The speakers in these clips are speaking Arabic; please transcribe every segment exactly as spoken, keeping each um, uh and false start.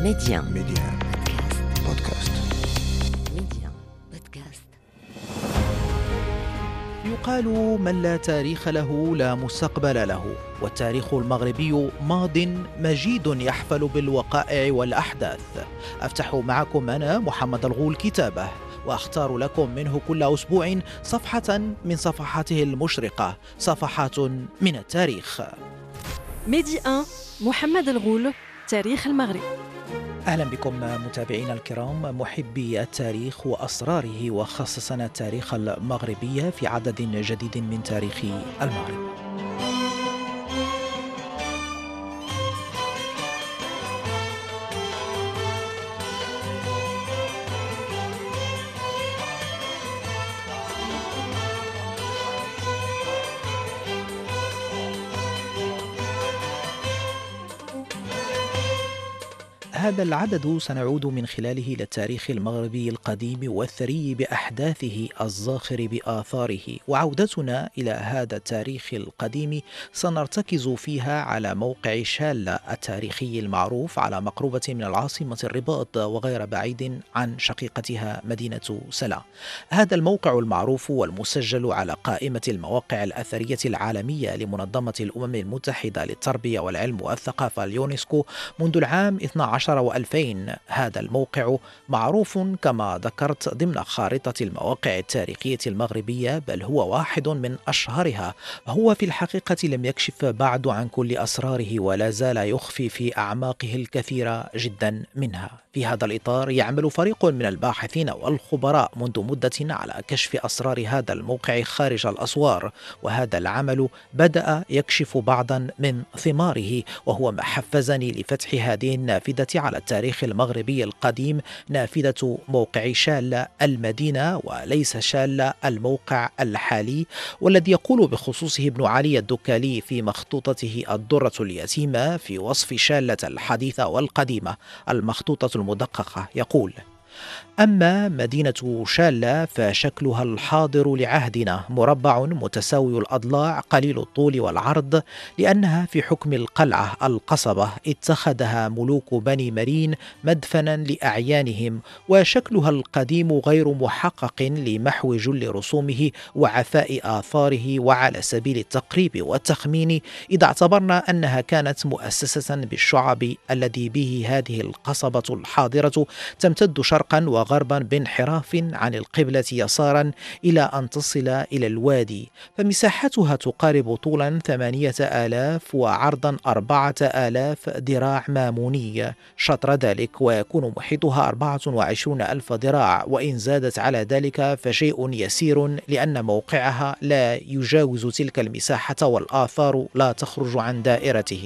ميديان ميديان بودكاست. ميديان بودكاست. يقال من لا تاريخ له لا مستقبل له، والتاريخ المغربي ماض مجيد يحفل بالوقائع والأحداث. أفتح معكم أنا محمد الغول كتابه، وأختار لكم منه كل أسبوع صفحة من صفحاته المشرقة، صفحات من التاريخ. ميدي واحد محمد الغول، تاريخ المغرب. أهلا بكم متابعينا الكرام، محبي التاريخ وأسراره، وخصصا التاريخ المغربي في عدد جديد من تاريخ المغرب. هذا العدد سنعود من خلاله إلى التاريخ المغربي القديم والثري بأحداثه الزاخر بآثاره، وعودتنا إلى هذا التاريخ القديم سنرتكز فيها على موقع شالة التاريخي المعروف على مقربة من العاصمة الرباط وغير بعيد عن شقيقتها مدينة سلا. هذا الموقع المعروف والمسجل على قائمة المواقع الأثرية العالمية لمنظمة الأمم المتحدة للتربية والعلم والثقافة اليونسكو منذ العام اثني عشر وألفين. هذا الموقع معروف كما ذكرت ضمن خارطة المواقع التاريخية المغربية، بل هو واحد من أشهرها. هو في الحقيقة لم يكشف بعد عن كل أسراره، ولا زال يخفي في أعماقه الكثير جدا منها. في هذا الإطار يعمل فريق من الباحثين والخبراء منذ مدة على كشف أسرار هذا الموقع خارج الأسوار، وهذا العمل بدأ يكشف بعضا من ثماره، وهو ما حفزني لفتح هذه النافذة على التاريخ المغربي القديم، نافذة موقع شالة المدينة وليس شالة الموقع الحالي، والذي يقول بخصوصه ابن علي الدكالي في مخطوطته الدرة اليتيمة في وصف شالة الحديثة والقديمة المخطوطة المدققة، يقول: أما مدينة شالة فشكلها الحاضر لعهدنا مربع متساوي الأضلاع قليل الطول والعرض، لأنها في حكم القلعة القصبة اتخذها ملوك بني مرين مدفنا لأعيانهم، وشكلها القديم غير محقق لمحو جل رسومه وعفاء آثاره. وعلى سبيل التقريب والتخمين، إذا اعتبرنا أنها كانت مؤسسة بالشعب الذي به هذه القصبة الحاضرة تمتد شرقا وغربا بانحراف عن القبلة يسارا إلى أن تصل إلى الوادي، فمساحتها تقارب طولا ثمانية آلاف وعرضا أربعة آلاف ذراع ماموني شطر ذلك، ويكون محيطها أربعة وعشرون ألف ذراع، وإن زادت على ذلك فشيء يسير، لأن موقعها لا يجاوز تلك المساحة والآثار لا تخرج عن دائرته.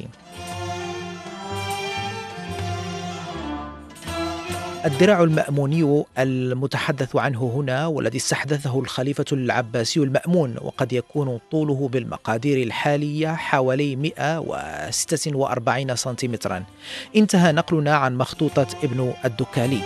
الذراع المأموني المتحدث عنه هنا والذي استحدثه الخليفة العباسي المأمون، وقد يكون طوله بالمقادير الحالية حوالي مئة وستة وأربعين سنتيمترا. انتهى نقلنا عن مخطوطة ابن الدكالي.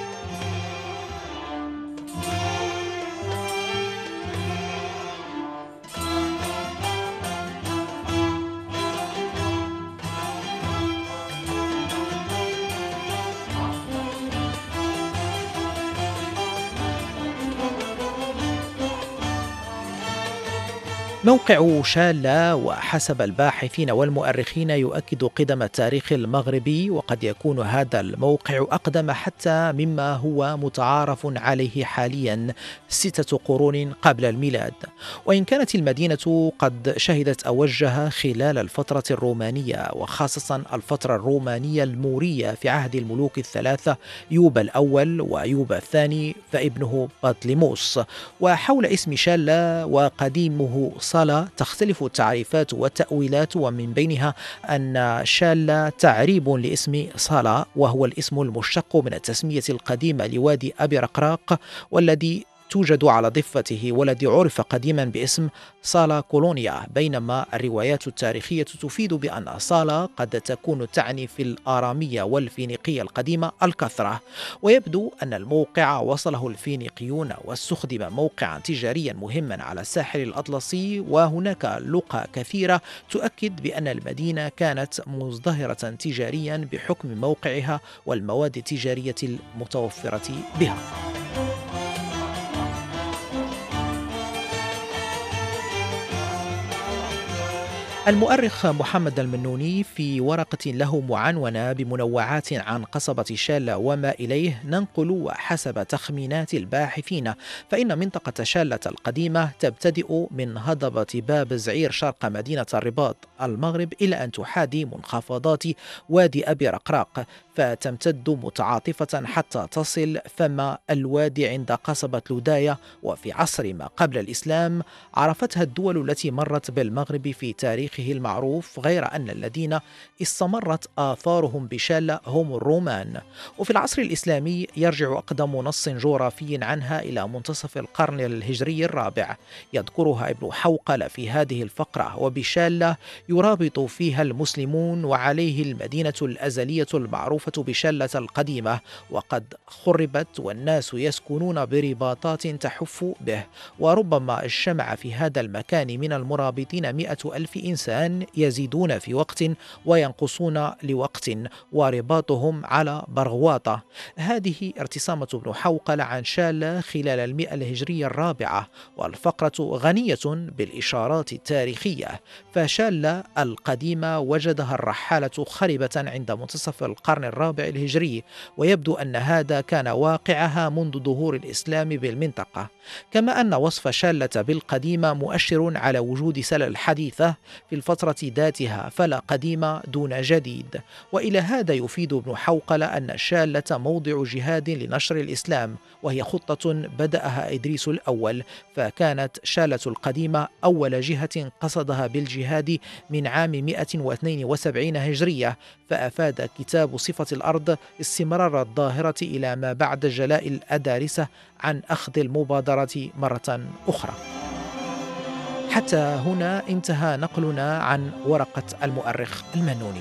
موقع شالة وحسب الباحثين والمؤرخين يؤكد قدم التاريخ المغربي، وقد يكون هذا الموقع أقدم حتى مما هو متعارف عليه حاليا، ستة قرون قبل الميلاد. وإن كانت المدينة قد شهدت أوجها خلال الفترة الرومانية، وخاصة الفترة الرومانية المورية في عهد الملوك الثلاثة يوبا الأول ويوبا الثاني فابنه بطليموس. وحول اسم شالة وقديمه صلا تختلف التعريفات والتأويلات، ومن بينها أن شالة تعريب لاسم صلا، وهو الاسم المشتق من التسمية القديمة لوادي أبي رقراق، والذي توجد على ضفته والذي عرف قديما باسم صالا كولونيا، بينما الروايات التاريخية تفيد بأن صالا قد تكون تعني في الآرامية والفينيقية القديمة الكثرة. ويبدو أن الموقع وصله الفينيقيون واستخدم موقعا تجاريا مهما على الساحل الأطلسي، وهناك لقى كثيرة تؤكد بأن المدينة كانت مزدهرة تجاريا بحكم موقعها والمواد التجارية المتوفرة بها. المؤرخ محمد المنوني في ورقة له معنونة بمنوعات عن قصبة شالة وما إليه ننقل: وحسب تخمينات الباحثين فإن منطقة شالة القديمة تبتدئ من هضبة باب زعير شرق مدينة الرباط المغرب إلى أن تحاذي منخفضات وادي أبي رقراق، فتمتد متعاطفة حتى تصل فم الوادي عند قصبة لوداية. وفي عصر ما قبل الإسلام عرفتها الدول التي مرت بالمغرب في تاريخه المعروف، غير أن الذين استمرت آثارهم بشالة هم الرومان. وفي العصر الإسلامي يرجع أقدم نص جغرافي عنها إلى منتصف القرن الهجري الرابع، يذكرها ابن حوقل في هذه الفقرة: وبشالة يرابط فيها المسلمون، وعليه المدينة الأزلية المعروفة بشلة القديمة، وقد خربت والناس يسكنون برباطات تحف به. وربما اجتمع في هذا المكان من المرابطين مئة ألف إنسان، يزيدون في وقت وينقصون لوقت، ورباطهم على برغواطة. هذه ارتسامة ابن حوقل عن شالة خلال المئة الهجرية الرابعة، والفقرة غنية بالإشارات التاريخية. فشالة القديمة وجدها الرحالة خربة عند منتصف القرن الرابع الهجري، ويبدو أن هذا كان واقعها منذ ظهور الإسلام بالمنطقة. كما أن وصف شالة بالقديمة مؤشر على وجود سلل حديثة في الفترة ذاتها، فلا قديمة دون جديد. وإلى هذا يفيد ابن حوقل أن شالة موضع جهاد لنشر الإسلام، وهي خطة بدأها إدريس الأول، فكانت شالة القديمة أول جهة قصدها بالجهاد من عام مئة واثنين وسبعين هجرية. فأفاد كتاب صفة الأرض استمرار الظاهرة إلى ما بعد جلاء الأدارسة عن أخذ المبادرة مرة أخرى. حتى هنا انتهى نقلنا عن ورقة المؤرخ المنوني.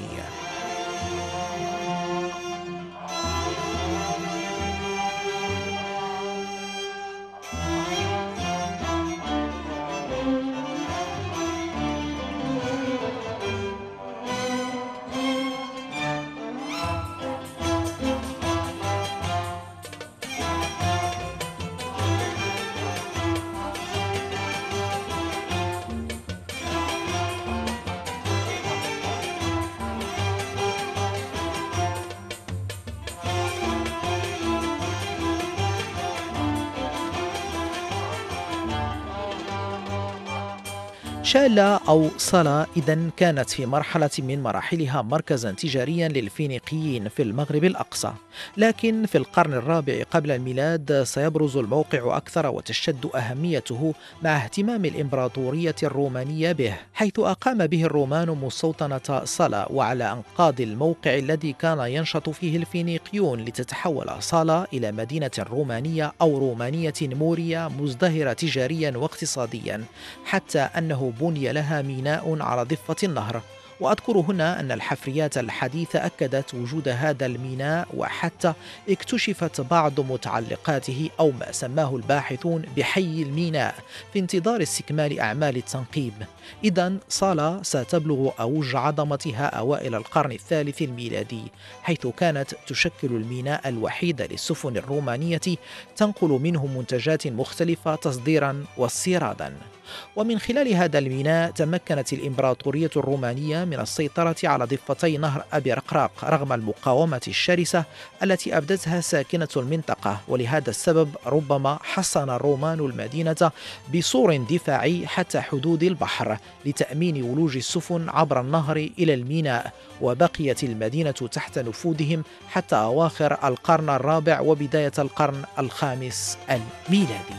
شالة أو صلا إذن كانت في مرحلة من مراحلها مركزا تجاريا للفينيقيين في المغرب الأقصى، لكن في القرن الرابع قبل الميلاد سيبرز الموقع أكثر وتشتد أهميته مع اهتمام الإمبراطورية الرومانية به، حيث أقام به الرومان مستوطنة صلا وعلى أنقاض الموقع الذي كان ينشط فيه الفينيقيون، لتتحول صلا إلى مدينة رومانية أو رومانية مورية مزدهرة تجاريا واقتصاديا، حتى أنه بني لها ميناء على ضفة النهر. وأذكر هنا أن الحفريات الحديثة أكدت وجود هذا الميناء، وحتى اكتشفت بعض متعلقاته أو ما سماه الباحثون بحي الميناء في انتظار استكمال أعمال التنقيب. إذن صلا ستبلغ أوج عظمتها أوائل القرن الثالث الميلادي، حيث كانت تشكل الميناء الوحيد للسفن الرومانية تنقل منه منتجات مختلفة تصديرا واستيرادا. ومن خلال هذا الميناء تمكنت الإمبراطورية الرومانية من السيطرة على ضفتي نهر أبي رقراق رغم المقاومة الشرسة التي أبدتها ساكنة المنطقة، ولهذا السبب ربما حصن الرومان المدينة بسور دفاعي حتى حدود البحر لتأمين ولوج السفن عبر النهر إلى الميناء، وبقيت المدينة تحت نفوذهم حتى أواخر القرن الرابع وبداية القرن الخامس الميلادي.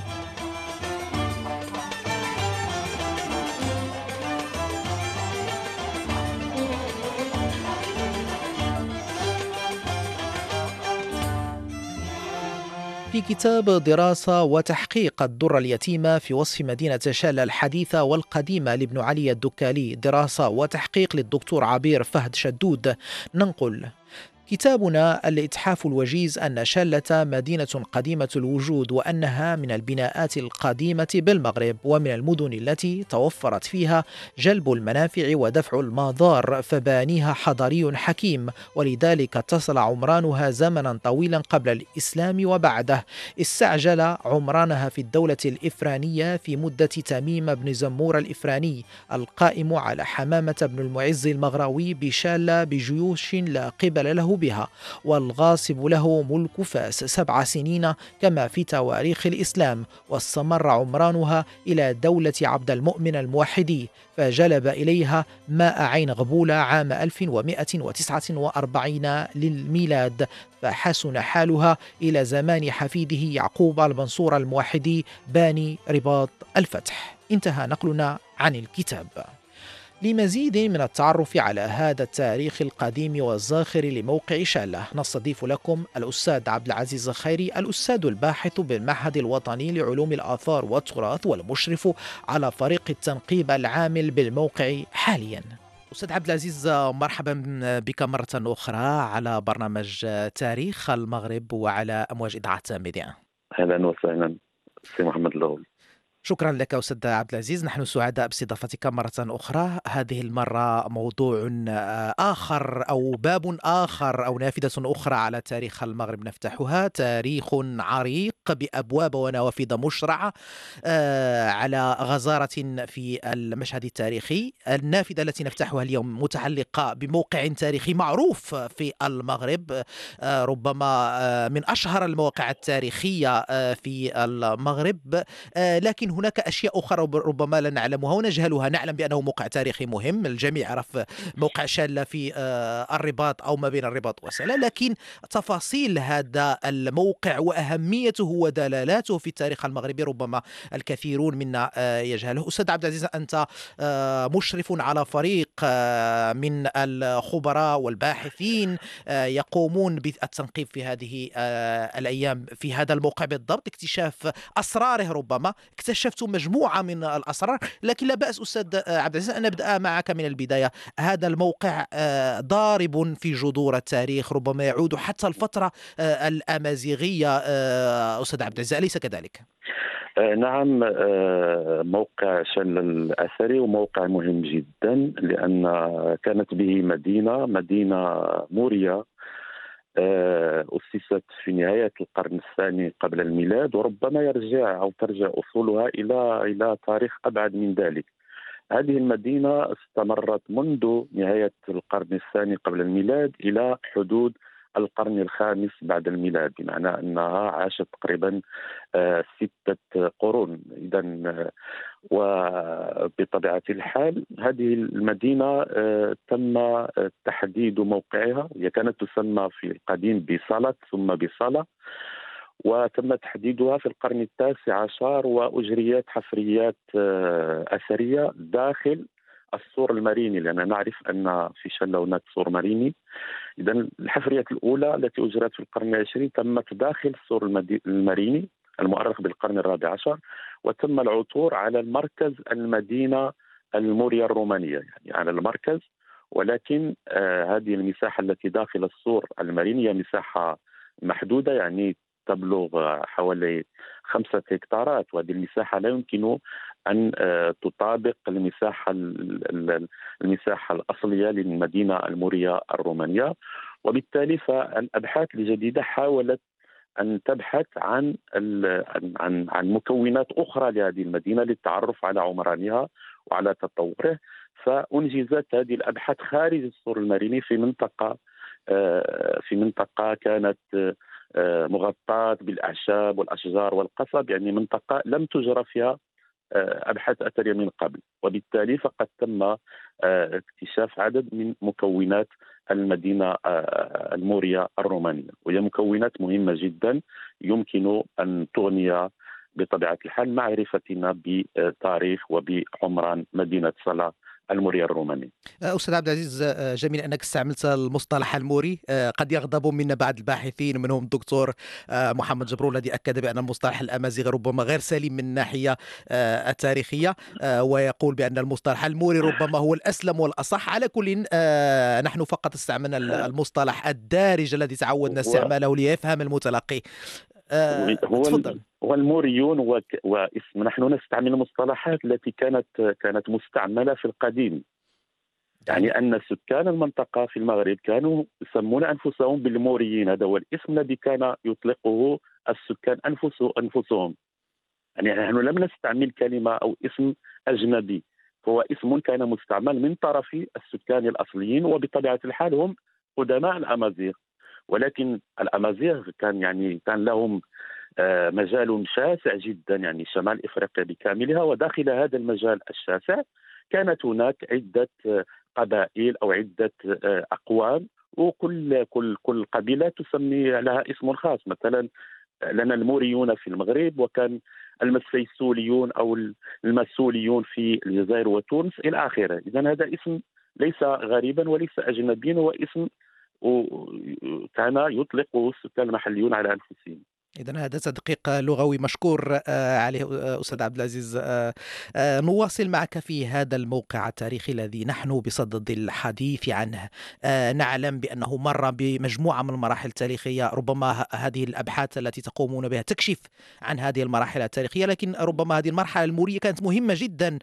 في كتاب دراسة وتحقيق الدرة اليتيمة في وصف مدينة شالة الحديثة والقديمة لابن علي الدكالي، دراسة وتحقيق للدكتور عبير فهد شدود، ننقل: كتابنا الإتحاف الوجيز أن شالة مدينة قديمة الوجود، وأنها من البناءات القديمة بالمغرب، ومن المدن التي توفرت فيها جلب المنافع ودفع الماضار، فبانيها حضاري حكيم، ولذلك اتصل عمرانها زمنا طويلا قبل الإسلام وبعده. استعجل عمرانها في الدولة الإفرانية في مدة تميم بن زمور الإفراني القائم على حمامة بن المعز المغراوي بشالة بجيوش لا قبل له بها، والغاصب له ملك فاس سبع سنين كما في تواريخ الإسلام، واستمر عمرانها إلى دولة عبد المؤمن الموحدي، فجلب إليها ماء عين غبولة عام ألف ومئة وتسعة وأربعين للميلاد، فحسن حالها إلى زمان حفيده يعقوب المنصور الموحدي باني رباط الفتح. انتهى نقلنا عن الكتاب. لمزيد من التعرف على هذا التاريخ القديم والزاخر لموقع شالة، نستضيف لكم الأستاذ عبد العزيز الخيري، الأستاذ الباحث بالمعهد الوطني لعلوم الآثار والتراث والمشرف على فريق التنقيب العامل بالموقع حاليا. أستاذ عبد العزيز، مرحبا بك مرة أخرى على برنامج تاريخ المغرب وعلى أمواج إذاعة ميديا. أهلا وسهلا سي محمد الغول. شكرا لك أستاذ عبد العزيز، نحن سعداء باستضافتك مرة أخرى. هذه المرة موضوع آخر أو باب آخر أو نافذة أخرى على تاريخ المغرب نفتحها، تاريخ عريق بأبواب ونوافذ مشرعة على غزارة في المشهد التاريخي. النافذة التي نفتحها اليوم متعلقة بموقع تاريخي معروف في المغرب، ربما من أشهر المواقع التاريخية في المغرب، لكن هناك أشياء أخرى ربما لا نعلمها ونجهلها. نعلم بأنه موقع تاريخي مهم، الجميع يعرف موقع شالة في الرباط أو ما بين الرباط وسلا، لكن تفاصيل هذا الموقع وأهميته ودلالاته في التاريخ المغربي ربما الكثيرون منا يجهله. أستاذ عبد العزيز، أنت مشرف على فريق من الخبراء والباحثين يقومون بالتنقيب في هذه الأيام في هذا الموقع بالضبط، اكتشاف أسراره. ربما اكتشفت مجموعة من الأسرار، لكن لا بأس أستاذ عبد العزيز أن نبدأ معك من البداية. هذا الموقع ضارب في جذور التاريخ، ربما يعود حتى الفترة الأمازيغية. أستاذ عبد العزيز، أليس كذلك؟ نعم، موقع شالة الأثري وموقع مهم جدا، لأن كانت به مدينة مدينة مورية أسست في نهاية القرن الثاني قبل الميلاد، وربما يرجع أو ترجع أصولها إلى إلى تاريخ أبعد من ذلك. هذه المدينة استمرت منذ نهاية القرن الثاني قبل الميلاد إلى حدود القرن الخامس بعد الميلاد، بمعنى أنها عاشت تقريبا آه ستة قرون. إذن وبطبيعة الحال هذه المدينة آه تم تحديد موقعها. هي كانت تسمى في القديم بصلة ثم بصلة، وتم تحديدها في القرن التاسع عشر، وأجريت حفريات آه أثرية داخل السور الماريني، لأننا نعرف أن في شالة هناك سور ماريني. إذن الحفريات الأولى التي أجرت في القرن العشرين تمت داخل السور الماريني المؤرخ بالقرن الرابع عشر، وتم العثور على المركز المدينة المورية الرومانية، يعني على المركز. ولكن آه هذه المساحة التي داخل السور الماريني هي مساحة محدودة، يعني تبلغ حوالي خمسة هكتارات، وهذه المساحة لا يمكن أن تطابق المساحة المساحة الأصلية للمدينة المورية الرومانية. وبالتالي فالأبحاث الجديدة حاولت أن تبحث عن عن عن مكونات أخرى لهذه المدينة للتعرف على عمرانها وعلى تطوره، فأنجزت هذه الأبحاث خارج السور الماريني في منطقة في منطقة كانت مغطاة بالأعشاب والأشجار والقصب، يعني منطقة لم تجرى فيها أبحاث أثرية من قبل. وبالتالي فقد تم اكتشاف عدد من مكونات المدينة المورية الرومانية، وهي مكونات مهمة جدا يمكن أن تغني بطبيعة الحال معرفتنا بتاريخ وبعمران مدينة صلة المورية الرومانية. أستاذ عبد العزيز، جميل أنك استعملت المصطلح الموري. قد يغضب منا بعض الباحثين منهم الدكتور محمد جبرون الذي أكد بأن المصطلح الأمازيغي ربما غير سليم من الناحية التاريخية، ويقول بأن المصطلح الموري ربما هو الأسلم والأصح. على كل، نحن فقط استعملنا المصطلح الدارج الذي تعودنا استعماله ليفهم المتلقي. هو تفضل. هو الموريون واسم، نحن نستعمل المصطلحات التي كانت كانت مستعملة في القديم. يعني أن سكان المنطقة في المغرب كانوا يسمون أنفسهم بالموريين، هذا هو الاسم الذي كان يطلقه السكان أنفسهم. يعني نحن لم نستعمل كلمة أو اسم أجنبي، هو اسم كان مستعمل من طرف السكان الأصليين، وبطبيعة الحال هم قدماء الأمازيغ. ولكن الأمازيغ كان يعني كان لهم مجال شاسع جدا، يعني شمال إفريقيا بكاملها، وداخل هذا المجال الشاسع كانت هناك عدة قبائل أو عدة أقوام، وكل كل كل قبيلة تسمي لها اسم خاص. مثلا لنا الموريون في المغرب، وكان المسيسوليون أو المسوليون في الجزائر وتونس إلى آخره. إذن هذا اسم ليس غريبا وليس أجنبيا، هو اسم كان يطلقه السكان المحليون على أنفسهم. إذن هذا تدقيق لغوي مشكور عليه أستاذ عبد العزيز. نواصل معك في هذا الموقع التاريخي الذي نحن بصدد الحديث عنه. نعلم بأنه مر بمجموعة من المراحل التاريخية، ربما هذه الأبحاث التي تقومون بها تكشف عن هذه المراحل التاريخية، لكن ربما هذه المرحلة المورية كانت مهمة جدا.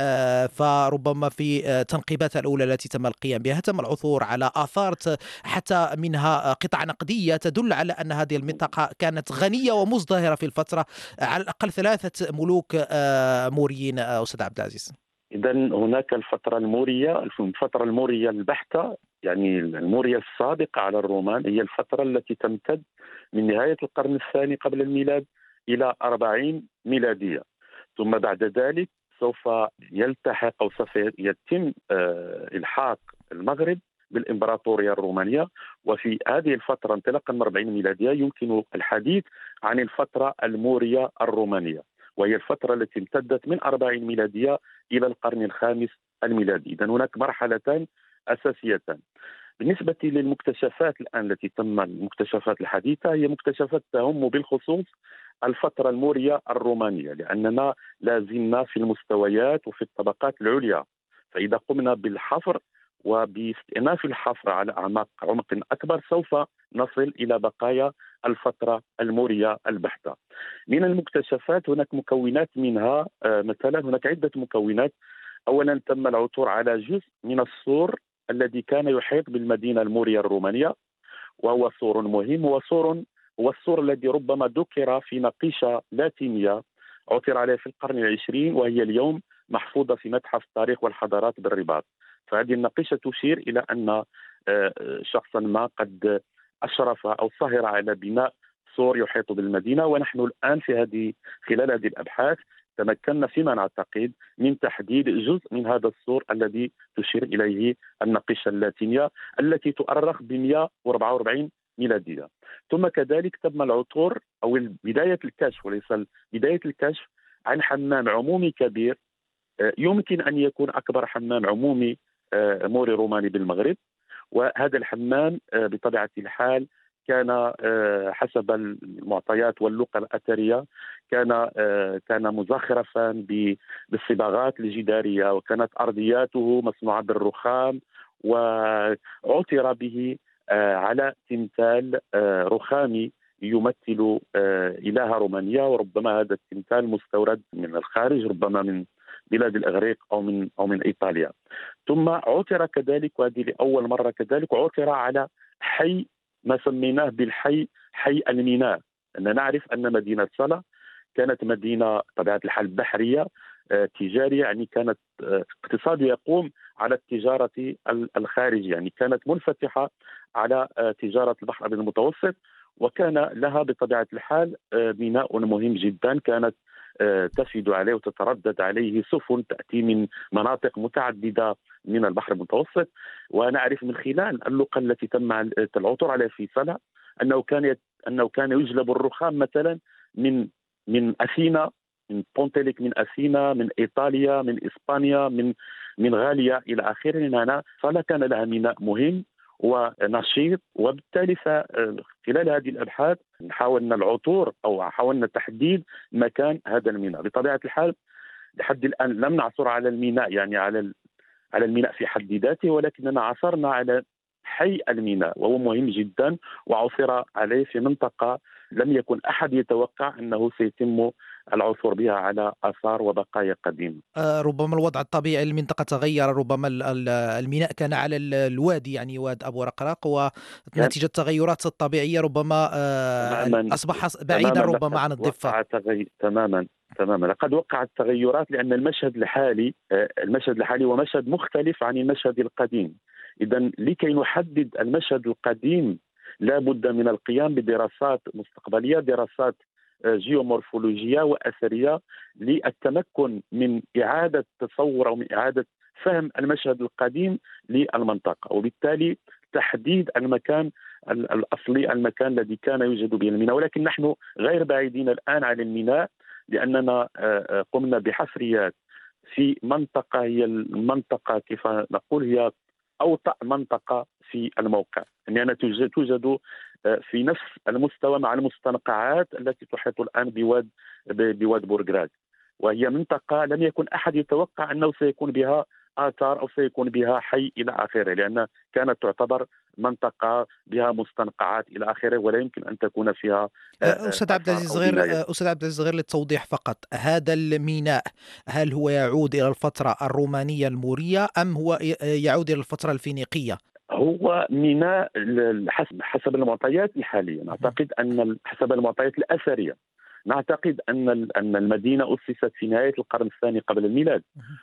فربما في التنقيبات الأولى التي تم القيام بها تم العثور على آثار حتى منها قطع نقدية تدل على أن هذه المنطقة كانت غنية ومزدهرة في الفترة، على الأقل ثلاثة ملوك موريين. أستاذ عبد العزيز، إذا هناك الفترة المورية، الفترة المورية البحتة، يعني المورية السابقة على الرومان، هي الفترة التي تمتد من نهاية القرن الثاني قبل الميلاد إلى أربعين ميلادية. ثم بعد ذلك سوف يلتحق أو سوف يتم إلحاق المغرب بالإمبراطورية الرومانية. وفي هذه الفترة انطلاقا من أربعين ميلادية يمكن الحديث عن الفترة المورية الرومانية، وهي الفترة التي امتدت من أربعين ميلادية إلى القرن الخامس الميلادي. إذن هناك مرحلتان أساسيتان. بالنسبة للمكتشفات الآن التي تم، المكتشفات الحديثة هي مكتشفات تهم بالخصوص الفترة المورية الرومانية، لأننا لازلنا في المستويات وفي الطبقات العليا. فإذا قمنا بالحفر وباستئناف الحفر على أعماق عمق أكبر سوف نصل إلى بقايا الفترة المورية البحتة. من المكتشفات هناك مكونات منها، مثلا هناك عدة مكونات. أولا تم العثور على جزء من السور الذي كان يحيط بالمدينة المورية الرومانية، وهو سور مهم، هو سور هو السور الذي ربما ذكر في نقيشة لاتينية عثر عليها في القرن العشرين، وهي اليوم محفوظة في متحف التاريخ والحضارات بالرباط. فهذه النقيشة تشير إلى أن شخصا ما قد أشرف أو سهر على بناء سور يحيط بالمدينة. ونحن الآن في هذه خلال هذه الأبحاث تمكنا فيما نعتقد من تحديد جزء من هذا السور الذي تشير إليه النقيشة اللاتينية التي تؤرخ ب مئة وأربعة وأربعين ميلادية. ثم كذلك تم العثور أو بداية الكشف، وليس بداية الكشف، عن حمام عمومي كبير يمكن أن يكون أكبر حمام عمومي موري روماني بالمغرب. وهذا الحمام بطبيعة الحال كان حسب المعطيات واللقى الأثرية كان كان مزخرفا بالصباغات الجدارية، وكانت أرضياته مصنوعة بالرخام، وعثر به على تمثال رخامي يمثل إله رومانيا، وربما هذا التمثال مستورد من الخارج، ربما من بلاد الإغريق أو من أو من إيطاليا. ثم عثر كذلك، وهذه لأول مرة كذلك، عثر على حي ما سميناه بالحي حي الميناء. أننا نعرف أن مدينة صلة كانت مدينة طبيعة الحال بحرية تجارية، يعني كانت اقتصاد يقوم على التجارة الخارجية، يعني كانت منفتحة على تجارة البحر المتوسط، وكان لها بطبيعة الحال ميناء مهم جدا كانت تفد عليه وتتردد عليه سفن تأتي من مناطق متعددة من البحر المتوسط. ونعرف من خلال اللقى التي تم العثور عليها في صلة أنه كان أنه كان يجلب الرخام مثلا من من أثينا من بونتيليك من أثينا من إيطاليا من إسبانيا من من غاليا إلى آخره. هنا صالة كان لها ميناء مهم ونشيط، وبالتالي خلال هذه الأبحاث حاولنا العثور أو حاولنا تحديد مكان هذا الميناء. بطبيعة الحال لحد الآن لم نعثر على الميناء، يعني على على الميناء في حد ذاته، ولكننا عثرنا على حي الميناء وهو مهم جدا، وعثر عليه في منطقة لم يكن أحد يتوقع أنه سيتم العثور بها على آثار وبقايا قديمة. آه ربما الوضع الطبيعي للمنطقة تغير، ربما الميناء كان على الوادي يعني واد أبو رقراق، ونتيجة التغيرات الطبيعية ربما آه أصبح بعيدا ربما عن الضفة. تغي... تماما تماما لقد وقعت تغيرات، لأن المشهد الحالي المشهد الحالي هو مشهد مختلف عن المشهد القديم. إذن لكي نحدد المشهد القديم لا بد من القيام بدراسات مستقبلية، دراسات جيومورفولوجية وأثرية، للتمكن من إعادة تصور أو من إعادة فهم المشهد القديم للمنطقة، وبالتالي تحديد المكان الأصلي، المكان الذي كان يوجد به الميناء. ولكن نحن غير بعيدين الآن عن الميناء، لأننا قمنا بحفريات في منطقة هي المنطقة كيف نقول هي أوطأ منطقة في الموقع، لأنها توجد توجد في نفس المستوى مع المستنقعات التي تحيط الآن بواد بواد بورغراغ، وهي منطقة لم يكن أحد يتوقع أنه سيكون بها آثار أو سيكون بها حي إلى آخره، لأن كانت تعتبر منطقة بها مستنقعات إلى آخره، ولا يمكن أن تكون فيها. أستاذ عبد العزيز غير أستاذ عبد العزيز غير للتوضيح فقط، هذا الميناء هل هو يعود إلى الفترة الرومانية المورية أم هو يعود إلى الفترة الفينيقية؟ هو ميناء حسب حسب المعطيات الحالية، نعتقد أن حسب المعطيات الأثرية نعتقد أن أن المدينة أسست في نهاية القرن الثاني قبل الميلاد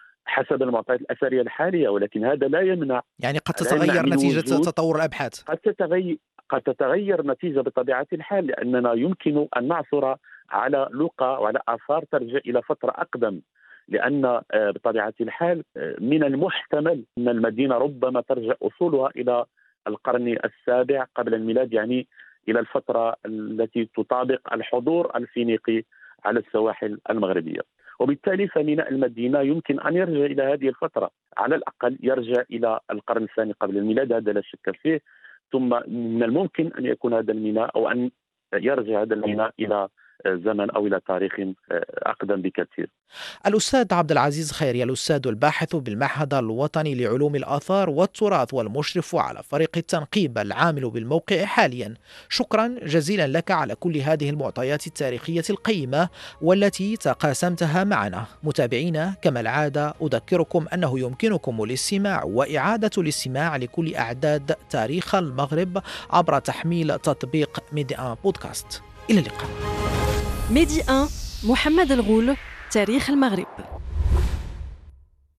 حسب المعطيات الأثرية الحالية، ولكن هذا لا يمنع يعني قد تتغير نتيجة تطور الأبحاث. قد تتغير قد تتغير نتيجة بطبيعة الحال، لأننا يمكن أن نعثر على لقى وعلى آثار ترجع إلى فترة أقدم، لأن بطبيعة الحال من المحتمل أن المدينة ربما ترجع أصولها إلى القرن السابع قبل الميلاد، يعني إلى الفترة التي تطابق الحضور الفينيقي على السواحل المغربية. وبالتالي فميناء المدينة يمكن أن يرجع إلى هذه الفترة، على الأقل يرجع إلى القرن الثاني قبل الميلاد، هذا لا شك فيه. ثم من الممكن أن يكون هذا الميناء أو أن يرجع هذا الميناء إلى زمن أو إلى تاريخ أقدم بكثير. الأستاذ عبد العزيز خيري، الأستاذ الباحث بالمعهد الوطني لعلوم الآثار والتراث والمشرف على فريق التنقيب العامل بالموقع حاليا، شكرا جزيلا لك على كل هذه المعطيات التاريخية القيمة والتي تقاسمتها معنا. متابعينا، كما العادة أذكركم أنه يمكنكم الاستماع وإعادة الاستماع لكل أعداد تاريخ المغرب عبر تحميل تطبيق ميدي آن بودكاست. إلى اللقاء. ميدي واحد، محمد الغول، تاريخ المغرب.